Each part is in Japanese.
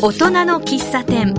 大人の喫茶店。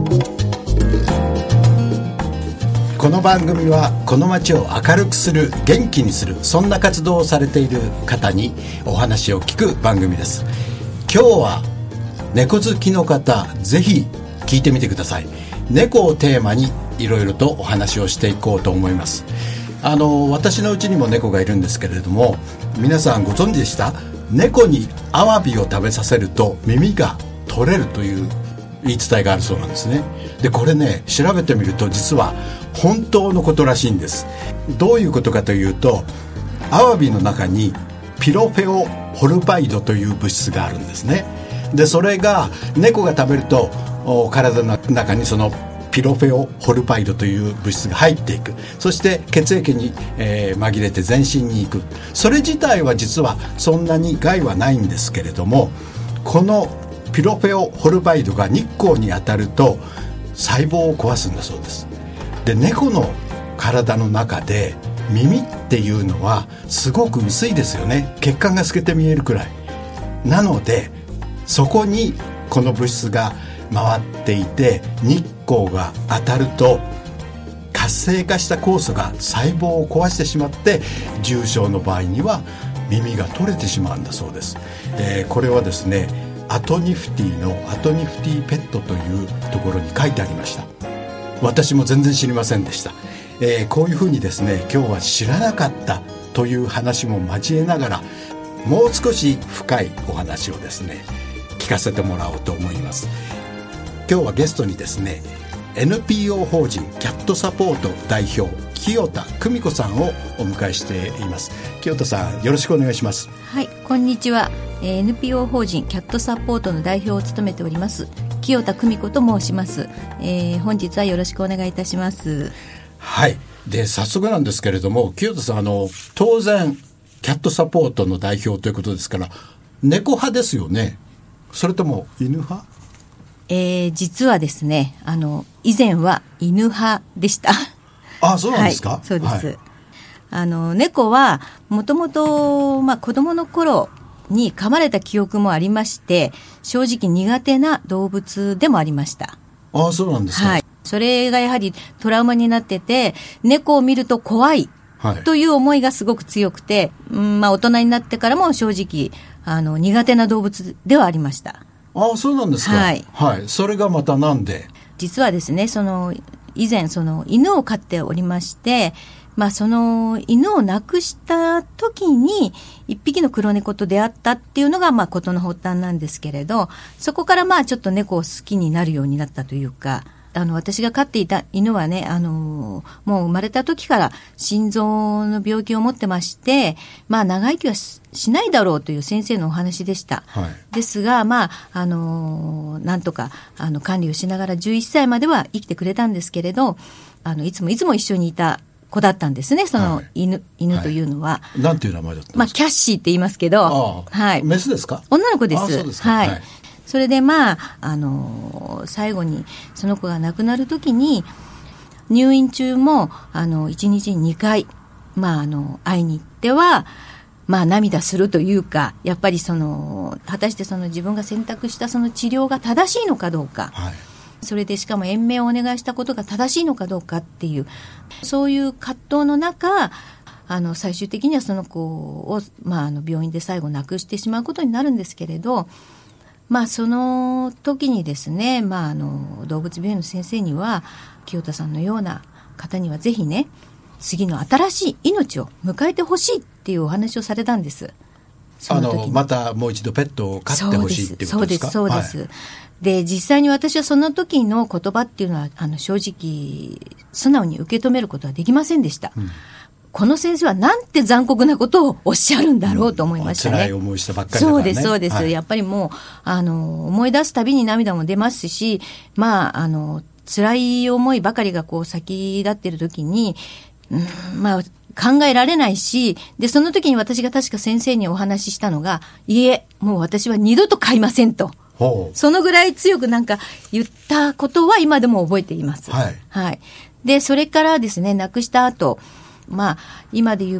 この番組はこの街を明るくする、元気にする、そんな活動をされている方にお話を聞く番組です。今日は猫好きの方、ぜひ聞いてみてください。猫をテーマにいろいろとお話をしていこうと思います。私のうちにも猫がいるんですけれども、皆さんご存知でした？猫にアワビを食べさせると耳が取れるという言い伝えがあるそうなんですね。でこれね、調べてみると実は本当のことらしいんです。どういうことかというと、アワビの中にピロフェオホルバイドという物質があるんですね。でそれが猫が食べると体の中にそのピロフェオホルバイドという物質が入っていく。そして血液に、紛れて全身に行く。それ自体は実はそんなに害はないんですけれども、このピロフェオホルバイドが日光に当たると細胞を壊すんだそうです。で猫の体の中で耳っていうのはすごく薄いですよね。血管が透けて見えるくらいなので、そこにこの物質が回っていて、日光が当たると活性化した酵素が細胞を壊してしまって、重症の場合には耳が取れてしまうんだそうです。これはですね、アトニフティのアトニフティペットというところに書いてありました。私も全然知りませんでした。こういうふうにですね、今日は知らなかったという話も交えながら、もう少し深いお話をですね聞かせてもらおうと思います。今日はゲストにですね、 NPO 法人キャットサポート代表清田久美子さんをお迎えしています。清田さん、よろしくお願いします。 はい、こんにちは。NPO 法人キャットサポートの代表を務めております清田久美子と申します。本日はよろしくお願いいたします。 はい。で早速なんですけれども、清田さん、当然キャットサポートの代表ということですから、猫派ですよね？それとも犬派？ 実はですね、以前は犬派でした。 あ、そうなんですか？ はい、そうです。 はい、 猫はもともと子供の頃に噛まれた記憶もありまして、正直苦手な動物でもありました。 あ、そうなんですか？ はい。それがやはりトラウマになってて、猫を見ると怖いという思いがすごく強くて、大人になってからも正直苦手な動物ではありました。 あ、そうなんですか？ はい、 はい。それがまたなんで？ 実はですね、以前犬を飼っておりまして、その犬を亡くした時に一匹の黒猫と出会ったっていうのが事の発端なんですけれど、そこからちょっと猫を好きになるようになったというか、私が飼っていた犬はね、もう生まれた時から心臓の病気を持ってまして、長生きは しないだろうという先生のお話でした。 はい、 ですが、なんとか管理をしながら11歳までは生きてくれたんですけれど、いつも一緒にいた子だったんですね、その犬というのは。 なんていう名前だったんですか？ キャッシーって言いますけど、はい。 メスですか？ 女の子です。 あ、そうですか。 はい。 はい、 それで最後にその子が亡くなるときに、入院中も1日に2回会いに行っては涙するというか、やっぱり果たして自分が選択したその治療が正しいのかどうか、 はい、 それでしかも延命をお願いしたことが正しいのかどうかっていう、そういう葛藤の中、最終的にはその子を病院で最後亡くしてしまうことになるんですけれど、その時にですね、動物病院の先生には、清田さんのような方にはぜひね、次の新しい命を迎えてほしいっていうお話をされたんです。その時にまたもう一度ペットを飼ってほしいっていうことですか？ そうです。はい、で実際に私はその時の言葉っていうのは正直素直に受け止めることはできませんでした。この先生はなんて残酷なことをおっしゃるんだろうと思いましたね。 辛い思いしたばっかりだからね。 そうです、はい、やっぱりもう思い出すたびに涙も出ますし、辛い思いばかりが先立っている時に、考えられないし、でその時に私が確か先生にお話ししたのが、いえ、もう私は二度と飼いませんと、そのぐらい強く言ったことは今でも覚えています。 はい、 はい。でそれからですね、亡くした後、今でいうペッ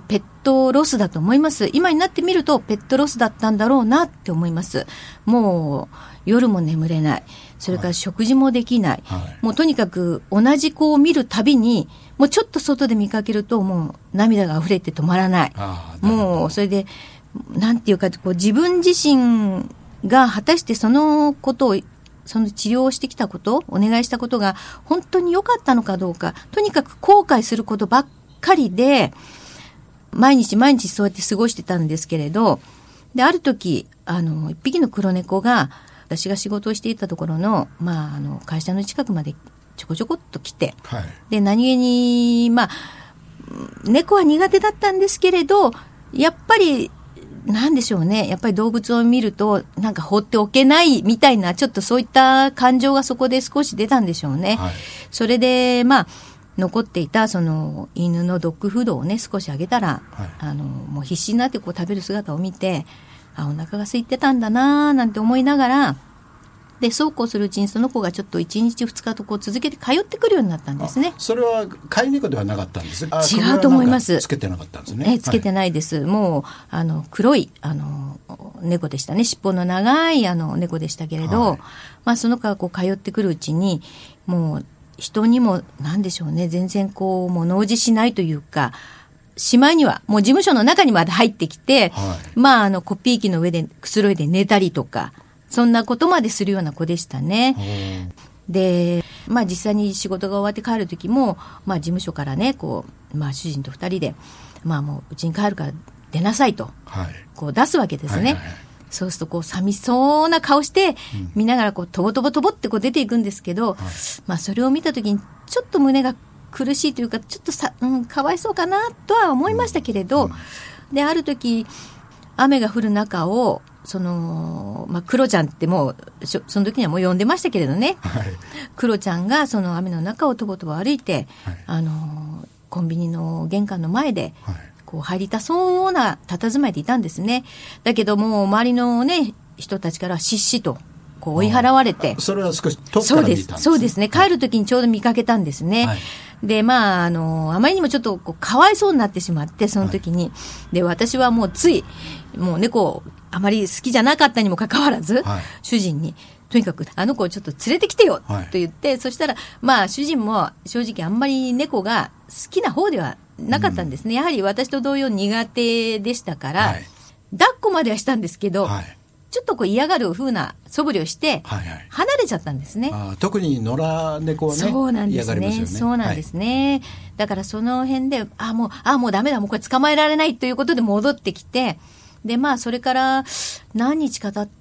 トロスだと思います。今になってみるとペットロスだったんだろうなって思います。もう夜も眠れない、それから食事もできない、はい、もうとにかく同じ子を見るたびにもうちょっと外で見かけるともう涙が溢れて止まらない。もうそれでなんていうか、こう自分自身が果たしてそのことを、その治療をしてきたこと、お願いしたことが本当に良かったのかどうか、とにかく後悔することばっかりで、毎日毎日そうやって過ごしてたんですけれど、で、ある時、一匹の黒猫が、私が仕事をしていたところの、会社の近くまでちょこちょこっと来て、はい、で、何気に、猫は苦手だったんですけれど、やっぱり、なんでしょうね。やっぱり動物を見ると、なんか放っておけないみたいな、ちょっとそういった感情がそこで少し出たんでしょうね。はい、それで、残っていた、その、犬のドッグフードをね、少しあげたら、はい、もう必死になってこう食べる姿を見て、お腹が空いてたんだなぁ、なんて思いながら、で、そうこうするうちにその子がちょっと1日2日とこう続けて通ってくるようになったんですね。 それは飼い猫ではなかったんです。 違うと思います。 つけてなかったんですね。 つけてないです。はい、もう黒い猫でしたね。尻尾の長い猫でしたけれど、はい、その子がこう通ってくるうちにもう人にもなんでしょうね、全然こう物おじしないというか。しまいにはもう事務所の中にまで入ってきて、はい、コピー機の上でくつろいで寝たりとか。そんなことまでするような子でしたね。で、実際に仕事が終わって帰る時も、事務所からね、こう、主人と二人で、もううちに帰るから出なさいと、はい、こう出すわけですね。はいはいはい、そうするとこう寂しそうな顔して、見ながらこうとぼとぼとぼってこう出ていくんですけど、はい、それを見た時にちょっと胸が苦しいというか、ちょっとかわいそうかなとは思いましたけれど、で、ある時、雨が降る中を、クロちゃんってもう、その時にはもう呼んでましたけれどね。はい、クロちゃんがその雨の中をとぼとぼ歩いて、はい、コンビニの玄関の前で、はい、こう入りたそうな佇まいでいたんですね。だけどもう周りのね、人たちからしっしと、こう追い払われて。 それは少し遠くから見たんですね。 そうですね。帰る時にちょうど見かけたんですね。はい、で、あまりにもちょっとこうかわいそうになってしまって、その時に。はい、で、私はもうつい、もう猫をあまり好きじゃなかったにもかかわらず、はい、主人に、とにかくあの子をちょっと連れてきてよ、と言って、そしたら、主人も正直あんまり猫が好きな方ではなかったんですね。やはり私と同様苦手でしたから、抱っこまではしたんですけど、ちょっとこう嫌がる風な素振りをして、離れちゃったんですね。 特に野良猫はね、 そうなんですね。 嫌がりますよね。 そうなんですね。だからその辺で、もうダメだ、もうこれ捕まえられないということで戻ってきて、で、それから何日か経った、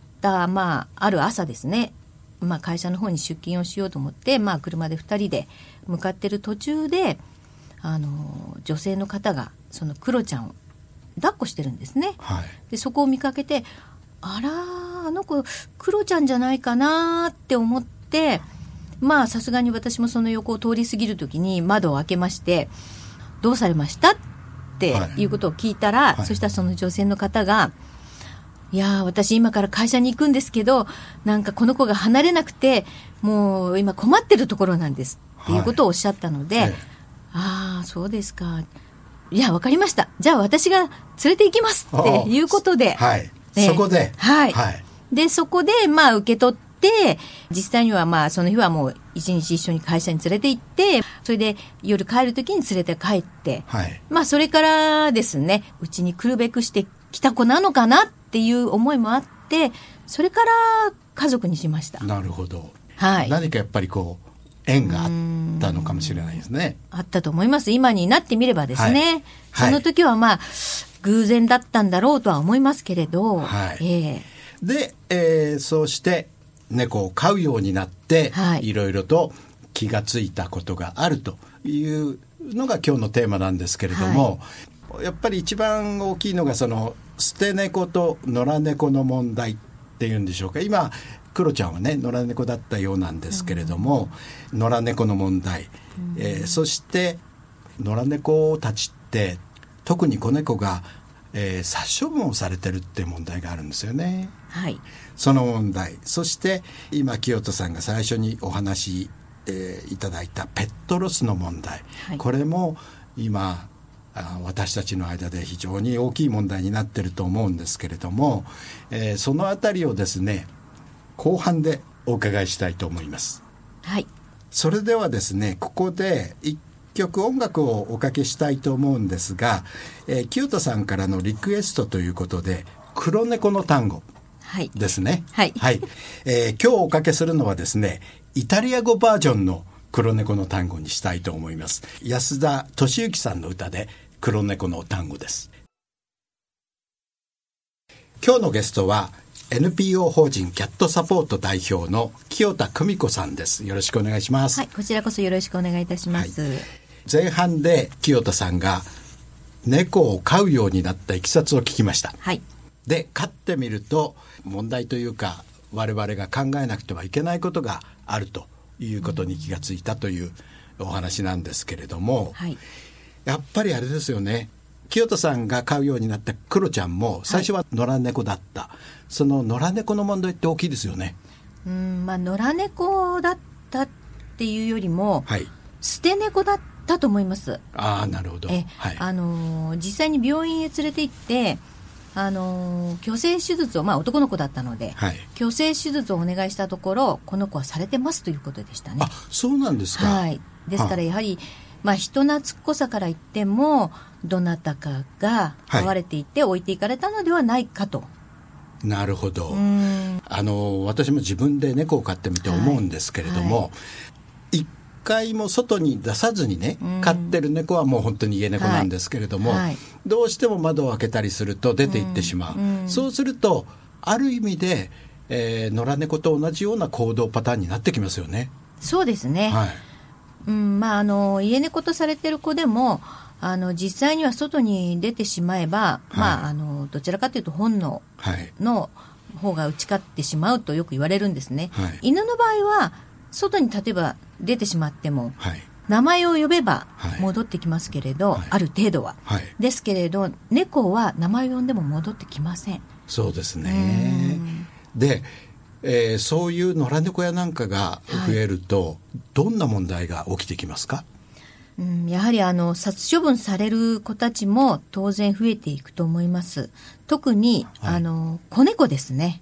ある朝ですね、会社の方に出勤をしようと思って、車で2人で向かってる途中で、女性の方が、そのクロちゃんを抱っこしてるんですね。はい、で、そこを見かけて、あの子、クロちゃんじゃないかなって思って、さすがに私もその横を通り過ぎるときに窓を開けまして、どうされましたっていうことを聞いたら、そしたらその女性の方が、いや私今から会社に行くんですけど、なんかこの子が離れなくて、もう今困ってるところなんですっていうことをおっしゃったので、そうですか。いや、わかりました。じゃあ私が連れて行きますっていうことで、 そこで、 で、そこで、受け取って、実際にはその日はもう一日一緒に会社に連れて行って、それで夜帰るときに連れて帰って、それからですね、うちに来るべくしてきた子なのかなっていう思いもあって、それから家族にしました。 なるほど。何かやっぱりこう、縁があったのかもしれないですね。 あったと思います。今になってみればですね。その時は偶然だったんだろうとは思いますけれど、 で、そうして猫を飼うようになって、いろいろと気がついたことがあるというのが今日のテーマなんですけれども、やっぱり一番大きいのがその捨て猫と野良猫の問題っていうんでしょうか。今クロちゃんはね野良猫だったようなんですけれども、野良猫の問題、そして野良猫たちって特に子猫が、殺処分をされてるっていう問題があるんですよね。その問題、そして今清人さんが最初にお話、いただいたペットロスの問題、これも今私たちの間で非常に大きい問題になっていると思うんですけれども、そのあたりをですね後半でお伺いしたいと思います。 はい。 それではですねここで一曲音楽をおかけしたいと思うんですが、清田さんからのリクエストということで黒猫の単語ですね。 はい、はい。 今日おかけするのはですねイタリア語バージョンの黒猫の単語にしたいと思います。安田敏行さんの歌で黒猫の単語です。今日のゲストは NPO 法人キャットサポート代表の清田久美子さんです。よろしくお願いします。 はい、こちらこそよろしくお願いいたします。はい、 前半で清田さんが猫を飼うようになったいきさつを聞きました。 はい。 で飼ってみると問題というか我々が考えなくてはいけないことがあるということに気がついたというお話なんですけれども、 はい、 やっぱりあれですよね。清田さんが飼うようになったクロちゃんも最初は野良猫だった、はい、その野良猫の問題って大きいですよね。 野良猫だったっていうよりも、 はい、 捨て猫だったと思います。 ああ、なるほど。 はい、実際に病院へ連れて行って去勢手術を、男の子だったので、はい、去勢手術をお願いしたところこの子はされてますということでしたね。 あ、そうなんですか。 はい、ですからやはり、人懐っこさから言ってもどなたかが飼われていて置いていかれたのではないかと。 なるほど。私も自分で猫を飼ってみて思うんですけれども、一回も外に出さずにね、飼ってる猫はもう本当に家猫なんですけれども、どうしても窓を開けたりすると出て行ってしまう。そうするとある意味で、野良猫と同じような行動パターンになってきますよね。 そうですね。はい。家猫とされてる子でも実際には外に出てしまえば、どちらかというと本能の方が打ち勝ってしまうとよく言われるんですね。はい、犬の場合は外に例えば出てしまっても、はい、名前を呼べば戻ってきますけれど、ある程度は、ですけれど猫は名前を呼んでも戻ってきません。 そうですね。でそういう野良猫やなんかが増えると、どんな問題が起きてきますか？ やはり殺処分される子たちも当然増えていくと思います。特に、子猫ですね。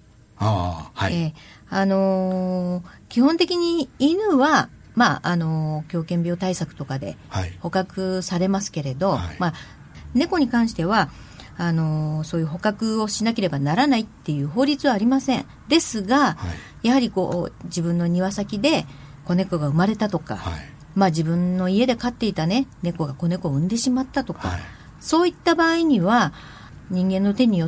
基本的に犬は狂犬病対策とかで捕獲されますけれど、猫に関してはそういう捕獲をしなければならないっていう法律はありません。ですが、やはり自分の庭先で子猫が生まれたとか、自分の家で飼っていたね猫が子猫を産んでしまったとか、そういった場合には人間の手によって、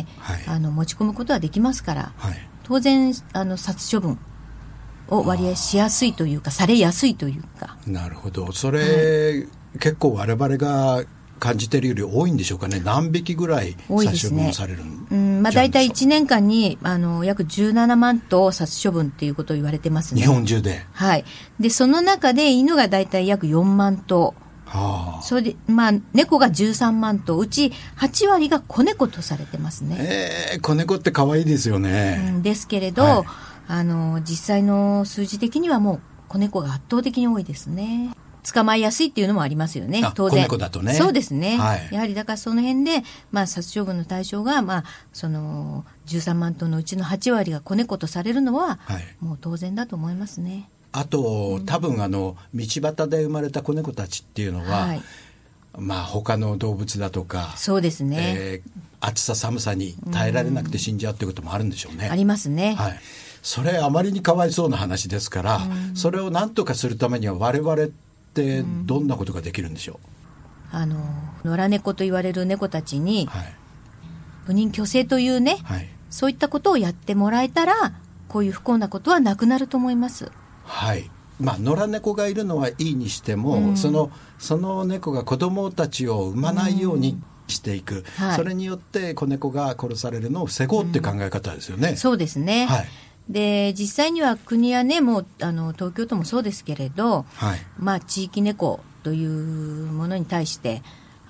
持ち込むことはできますから、当然殺処分を割合しやすいというかされやすいというか。 なるほど。それ、結構我々が感じているより多いんでしょうかね。何匹ぐらい殺処分されるんじゃないでしょうか。 だいたい1年間に約17万頭殺処分っていうことを言われてますね。 日本中で。 はい。でその中で犬がだいたい約4万頭。それで猫が13万頭、うち8割が子猫とされてますね。 子猫って可愛いですよね。 ですけれど、実際の数字的にはもう子猫が圧倒的に多いですね。捕まえやすいっていうのもありますよね。当然。 子猫だとね。 そうですね。やはりだからその辺で、殺処分の対象が、その13万頭のうちの8割が子猫とされるのは、もう当然だと思いますね。 あと、多分道端で生まれた子猫たちっていうのは、他の動物だとか、 そうですね。 暑さ寒さに耐えられなくて死んじゃうっていうこともあるんでしょうね。 ありますね。 それあまりにかわいそうな話ですから、それを何とかするためには我々ってどんなことができるんでしょう？野良猫と言われる猫たちに、不妊去勢というね、そういったことをやってもらえたらこういう不幸なことはなくなると思います。 野良猫がいるのはいいにしても、その猫が子供たちを産まないようにしていく、それによって子猫が殺されるのを防ごうっていう考え方ですよね。 そうですね。で実際には国やね、もう東京都もそうですけれど、地域猫というものに対して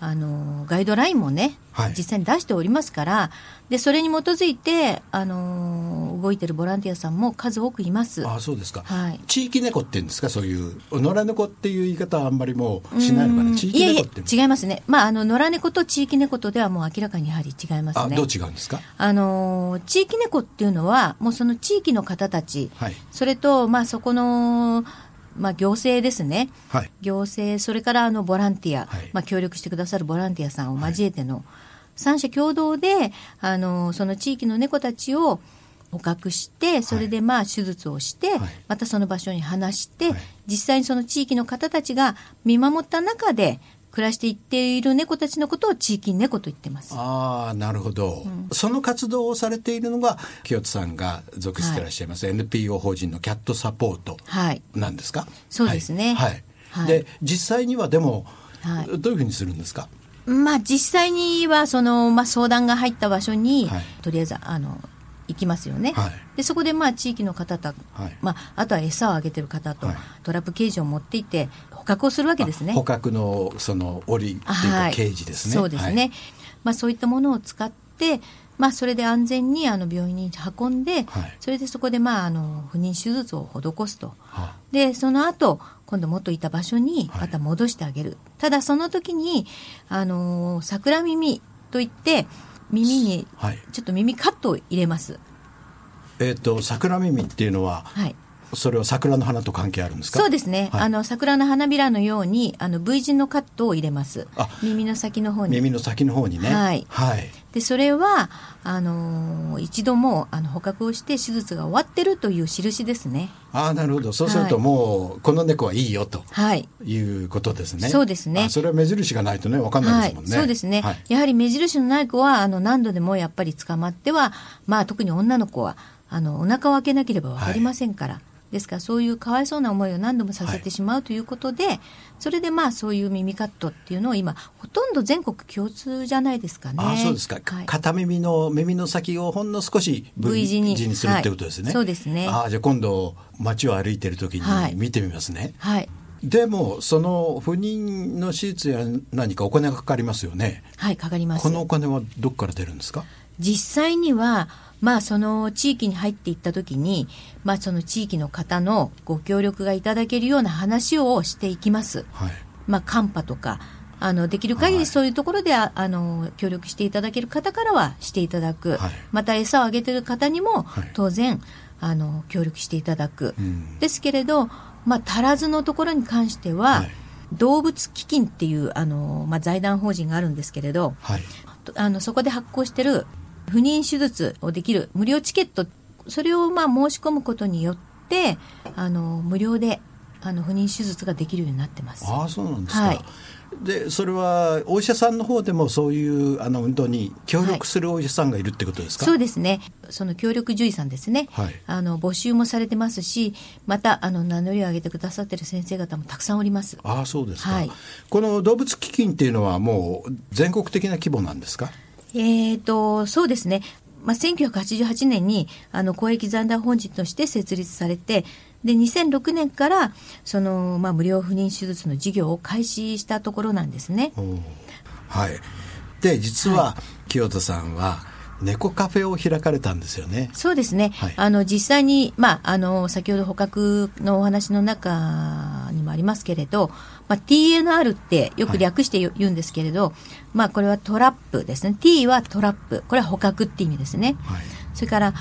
ガイドラインもね、実際に出しておりますから、でそれに基づいて、動いてるボランティアさんも数多くいます。 あ、そうですか。地域猫っていうんですか、そういう野良猫っていう言い方はあんまりもうしないのかな。地域猫って。 いや違いますね。野良猫と地域猫とではもう明らかにやはり違いますね。 どう違うんですか。 地域猫っていうのはもうその地域の方たち、それとそこの行政ですね、行政、それからボランティア、協力してくださるボランティアさんを交えての、三者共同でその地域の猫たちを捕獲して、それで手術をして、またその場所に放して、実際にその地域の方たちが見守った中で暮らしていっている猫たちのことを地域猫と言ってます。 なるほど、その活動をされているのが清田さんが属していらっしゃいます、NPO 法人のキャットサポートなんですか。 そうですね。 で実際にはでも、どういうふうにするんですか。 実際にはその、相談が入った場所に、とりあえず行きますよね。でそこで地域の方と、あとは餌をあげてる方と、トラップケージを持っていて捕獲をするわけですね。 捕獲のその檻っていうかケージですね。 そうですね。そういったものを使って、それで安全に病院に運んで、それでそこで不妊手術を施すと。でその後今度元いた場所にまた戻してあげる。ただその時に桜耳といって耳にちょっと耳カットを入れます。 桜耳っていうのは、それは桜の花と関係あるんですか。 そうですね、桜の花びらのようにV 字のカットを入れます。耳の先の方に。 耳の先の方にね。 でそれは一度も捕獲をして手術が終わってるという印ですね。 なるほど。そうするともう、この猫はいいよということですね。 そうですね。 それは目印がないとね分かんないですもんね。 そうですね。やはり目印のない子は何度でもやっぱり捕まっては、特に女の子はお腹を開けなければ分かりませんから、ですからそういうかわいそうな思いを何度もさせてしまうということで、それでそういう耳カットっていうのを今ほとんど全国共通じゃないですかね。 そうですか。片耳の耳の先をほんの少し V 字にするってことですね。 そうですね。 じゃあ今度街を歩いてる時に見てみますね。でもその不妊の手術や何かお金がかかりますよね。かかります。このお金はどこから出るんですか。 実際にはその地域に入っていった時に、その地域の方のご協力がいただけるような話をしていきます。カンパとかできる限りそういうところで、協力していただける方からはしていただく、また餌をあげている方にも当然、協力していただく、ですけれど、足らずのところに関しては、動物基金っていう、財団法人があるんですけれど、そこで発行している不妊手術をできる無料チケット、それを申し込むことによって無料で不妊手術ができるようになってます。 そうなんですか。でそれはお医者さんの方でもそういう運動に協力するお医者さんがいるってことですか。 そうですね。その協力獣医さんですね、募集もされてますし、また名乗りを上げてくださっている先生方もたくさんおります。 そうですか。この動物基金っていうのはもう全国的な規模なんですか。 そうですね。1988年に公益財団法人として設立されて、で2006年からその、無料不妊手術の事業を開始したところなんですね。 で実は、清田さんは猫カフェを開かれたんですよね。 そうですね。実際に、先ほど捕獲のお話の中にもありますけれど、TNR ってよく略して言うんですけれど、これはトラップですね。T はトラップ、これは捕獲って意味ですね。それから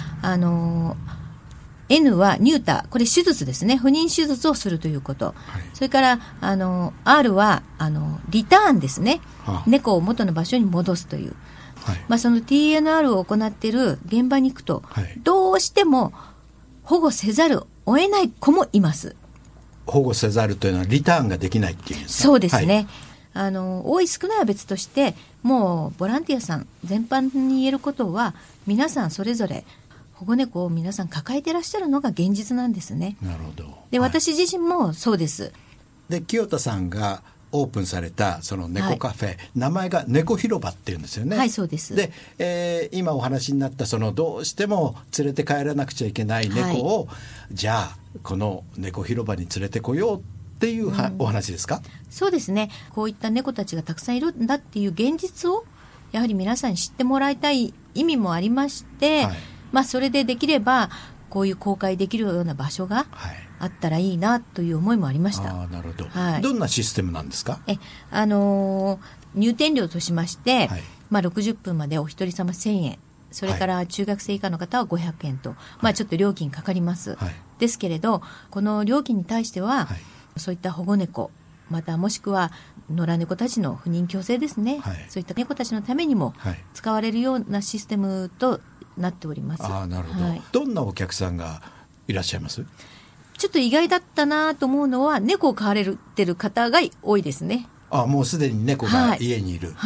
N はニューター、これ手術ですね。不妊手術をするということ。それからR はリターンですね。猫を元の場所に戻すという。その TNR を行っている現場に行くと、どうしても保護せざるを得ない子もいます。 保護せざるというのはリターンができないっていうんですか。 そうですね。多い少ないは別として、もうボランティアさん全般に言えることは、皆さんそれぞれ保護猫を皆さん抱えていらっしゃるのが現実なんですね。 なるほど。 で、私自身もそうです。 で清田さんがオープンされたその猫カフェ、名前が猫広場っていうんですよね。 そうです。 で、今お話になったそのどうしても連れて帰らなくちゃいけない猫を、じゃあこの猫広場に連れてこようっっていうお話ですか？ そうですね。こういった猫たちがたくさんいるんだっていう現実をやはり皆さんに知ってもらいたい意味もありまして、それでできればこういう公開できるような場所があったらいいなという思いもありました。 なるほど。どんなシステムなんですか？ 入店料としまして、60分までお一人様1000円、それから中学生以下の方は500円と、ちょっと料金かかります。ですけれど、この料金に対しては、そういった保護猫、またもしくは野良猫たちの不妊矯正ですね、そういった猫たちのためにも使われるようなシステムとなっております。 なるほど。どんなお客さんがいらっしゃいます？ちょっと意外だったなと思うのは、猫を飼われてる方が多いですね。 もうすでに猫が家にいる。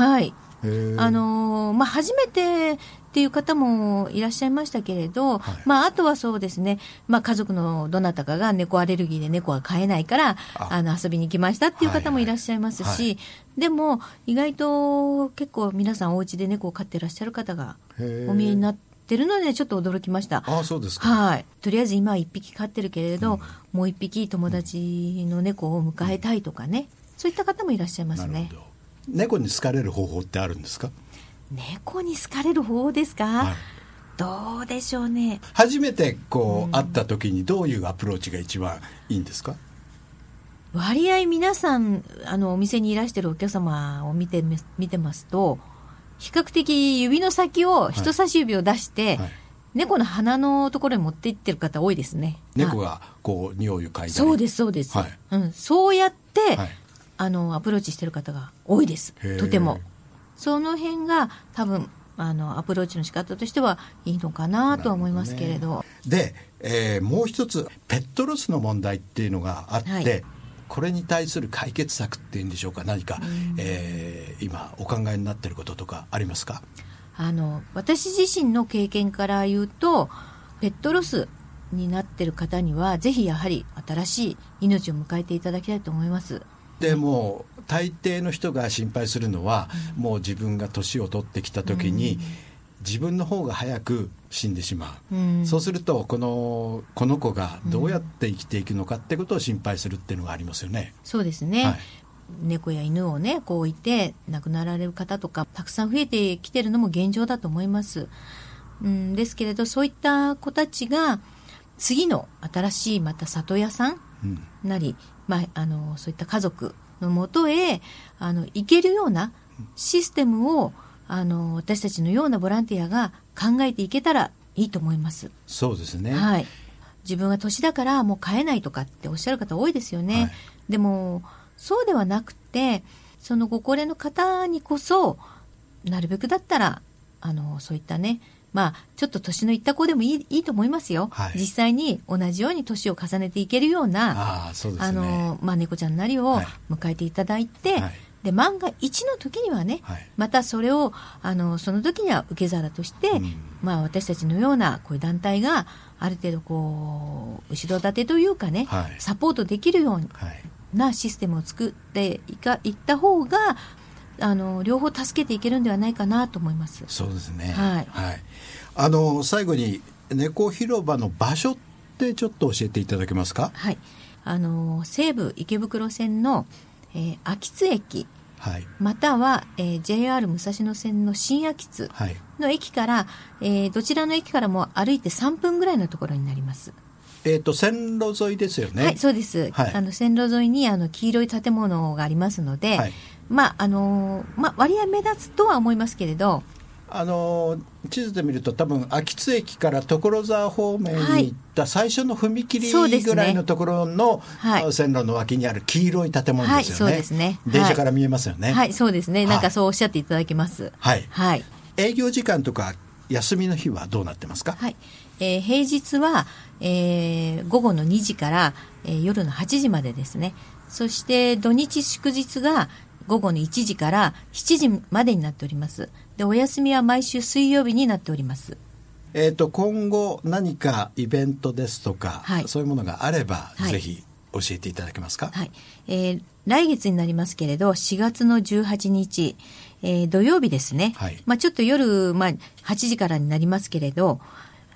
初めてっていう方もいらっしゃいましたけれど、あとはそうですね、家族のどなたかが猫アレルギーで猫は飼えないから遊びに来ましたっていう方もいらっしゃいますし、でも意外と結構皆さんお家で猫を飼ってらっしゃる方がお見えになってるのでちょっと驚きました。 そうですか。 とりあえず今は1匹飼ってるけれど、もう1匹友達の猫を迎えたいとかね、そういった方もいらっしゃいますね。 なるほど。猫に好かれる方法ってあるんですか？ 猫に好かれる方法ですか？どうでしょうね。 初めて会った時にどういうアプローチが一番いいんですか？ 割合皆さんお店にいらしてるお客様を見てますと、比較的指の先を人差し指を出して、猫の鼻のところに持っていってる方多いですね。 猫が匂いを嗅いだり。 そうですそうです、そうやって、アプローチしてる方が多いです。とてもその辺が多分アプローチの仕方としてはいいのかなとは思いますけれど。 で、もう一つペットロスの問題っていうのがあって、これに対する解決策っていうんでしょうか、何か、今お考えになっていることとかありますか？ 私自身の経験から言うと、ペットロスになっている方にはぜひやはり新しい命を迎えていただきたいと思います。 でも大抵の人が心配するのは、もう自分が年を取ってきた時に、自分の方が早く死んでしまう、そうするとこの子がどうやって生きていくのかってことを心配するっていうのがありますよね。 そうですね、猫や犬をね置いて亡くなられる方とかたくさん増えてきてるのも現状だと思います。ですけれど、そういった子たちが次の新しいまた里親さんなり、そういった家族のもとへ行けるようなシステムを私たちのようなボランティアが考えていけたらいいと思います。 そうですね、 自分が年だからもう飼えないとかっておっしゃる方多いですよね、でもそうではなくて、そのご高齢の方にこそなるべくだったらそういったね、ちょっと年のいった子でもいいと思いますよ、実際に同じように年を重ねていけるような猫ちゃんなりを迎えていただいて、で万が一の時にはね、またそれをその時には受け皿として、私たちのようなこういう団体がある程度後ろ盾というかね、サポートできるようなシステムを作っていった方が両方助けていけるんではないかなと思います。 そうですね、最後に猫広場の場所ってちょっと教えていただけますか？ 西武池袋線の秋津駅、または、JR 武蔵野線の新秋津の駅から、どちらの駅からも歩いて3分ぐらいのところになります。 線路沿いですよね。 そうです、線路沿いに黄色い建物がありますので、割合目立つとは思いますけれど、地図で見ると多分秋津駅から所沢方面に行った最初の踏切ぐらいのところの線路の脇にある黄色い建物ですよね。そうですね、 電車から見えますよね。 そうですね、なんかそうおっしゃっていただけます。 営業時間とか休みの日はどうなってますか？ 平日は、午後の2時から、夜の8時までですね。そして土日祝日が午後の1時から7時までになっております。で、お休みは毎週水曜日になっております。 今後何かイベントですとか、そういうものがあれば、ぜひ教えていただけますか？ 来月になりますけれど、4月の18日、土曜日ですね、ちょっと夜、8時からになりますけれど、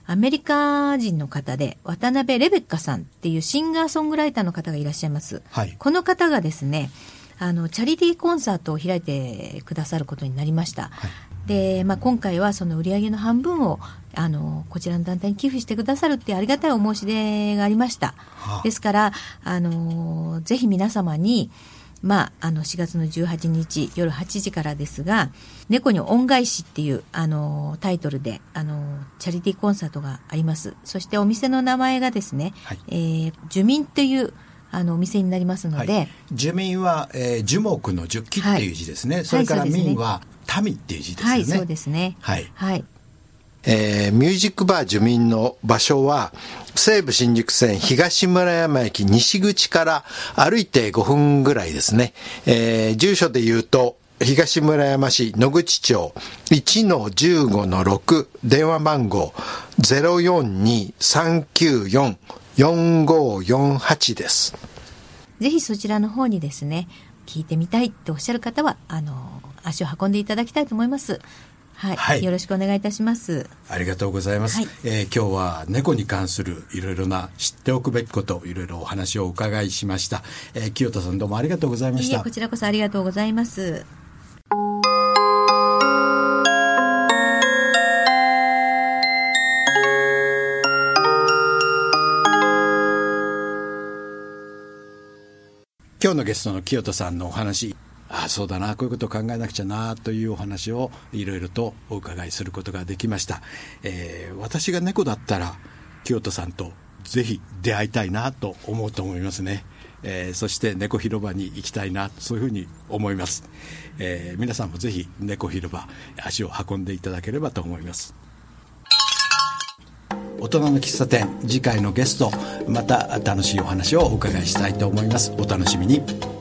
アメリカ人の方で渡辺レベッカさんっていうシンガーソングライターの方がいらっしゃいます。 はい、 この方がですね、チャリティーコンサートを開いてくださることになりました。はい、で、今回はその売り上げの半分をこちらの団体に寄付してくださるっていうありがたいお申し出がありました。はあ、ですからぜひ皆様に4月の18日夜8時からですが、猫に恩返しっていうタイトルでチャリティーコンサートがあります。そしてお店の名前がですね、はい、樹民というお店になりますので、はい、 樹民は、樹木の樹木っていう字ですね。はい、それから民は民っていう字ですよね。 はい、そうですね。 はい。 はい。 ミュージックバー樹民の場所は西武新宿線東村山駅西口から歩いて5分ぐらいですね。住所で言うと東村山市野口町 1-15-6 電話番号 042-394-4548 です。 ぜひそちらの方にですね、聞いてみたいっておっしゃる方は足を運んでいただきたいと思います。はい、はい、よろしくお願いいたします。 ありがとうございます。はい、今日は猫に関するいろいろな知っておくべきこと、いろいろお話をお伺いしました。清田さんどうもありがとうございました。 いえ、こちらこそありがとうございます。 今日のゲストの清田さんのお話、そうだな、こういうことを考えなくちゃなというお話をいろいろとお伺いすることができました。私が猫だったら清田さんとぜひ出会いたいなと思うと思いますね。そして猫広場に行きたいな、そういうふうに思います。皆さんもぜひ猫広場足を運んでいただければと思います。大人の喫茶店、次回のゲストまた楽しいお話をお伺いしたいと思います。お楽しみに。